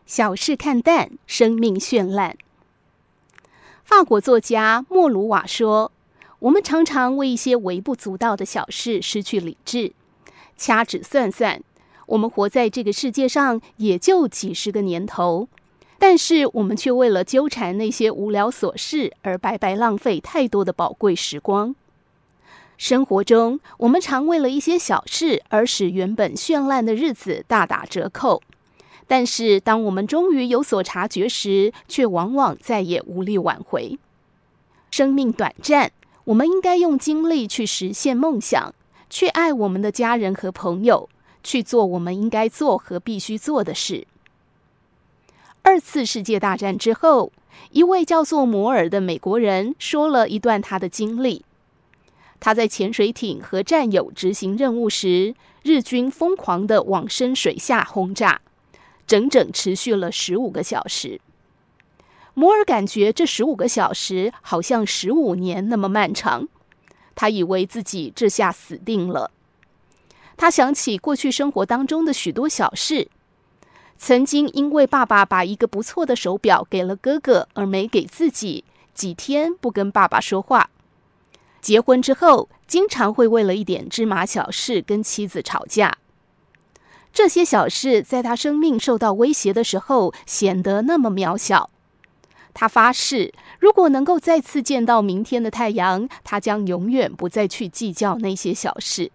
小事看淡，生命绚烂。法国作家莫鲁瓦说，我们常常为一些微不足道的小事失去理智。掐指算算，我们活在这个世界上也就几十个年头，但是我们却为了纠缠那些无聊琐事而白白浪费太多的宝贵时光。生活中，我们常为了一些小事而使原本绚烂的日子大打折扣，但是当我们终于有所察觉时，却往往再也无力挽回。生命短暂，我们应该用精力去实现梦想，去爱我们的家人和朋友，去做我们应该做和必须做的事。2次世界大战之后，一位叫做摩尔的美国人说了一段他的经历。他在潜水艇和战友执行任务时，日军疯狂地往深水下轰炸，整整持续了15个小时。摩尔感觉这15个小时好像15年那么漫长，他以为自己这下死定了。他想起过去生活当中的许多小事，曾经因为爸爸把一个不错的手表给了哥哥而没给自己，几天不跟爸爸说话。结婚之后，经常会为了一点芝麻小事跟妻子吵架。这些小事在他生命受到威胁的时候显得那么渺小。他发誓，如果能够再次见到明天的太阳，他将永远不再去计较那些小事。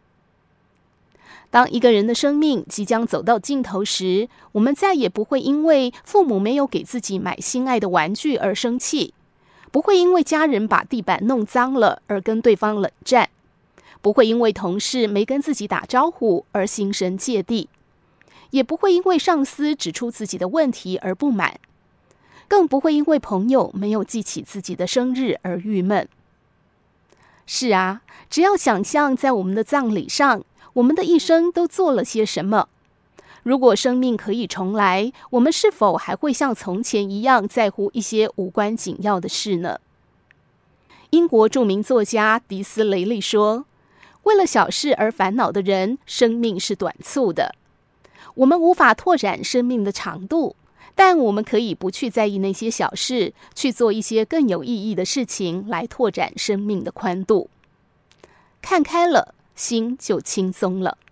当一个人的生命即将走到尽头时，我们再也不会因为父母没有给自己买心爱的玩具而生气，不会因为家人把地板弄脏了而跟对方冷战，不会因为同事没跟自己打招呼而心生芥蒂，也不会因为上司指出自己的问题而不满，更不会因为朋友没有记起自己的生日而郁闷。是啊，只要想象在我们的葬礼上，我们的一生都做了些什么。如果生命可以重来，我们是否还会像从前一样在乎一些无关紧要的事呢？英国著名作家迪斯雷利说，为了小事而烦恼的人，生命是短促的。我们无法拓展生命的长度，但我们可以不去在意那些小事，去做一些更有意义的事情，来拓展生命的宽度。看开了，心就轻松了。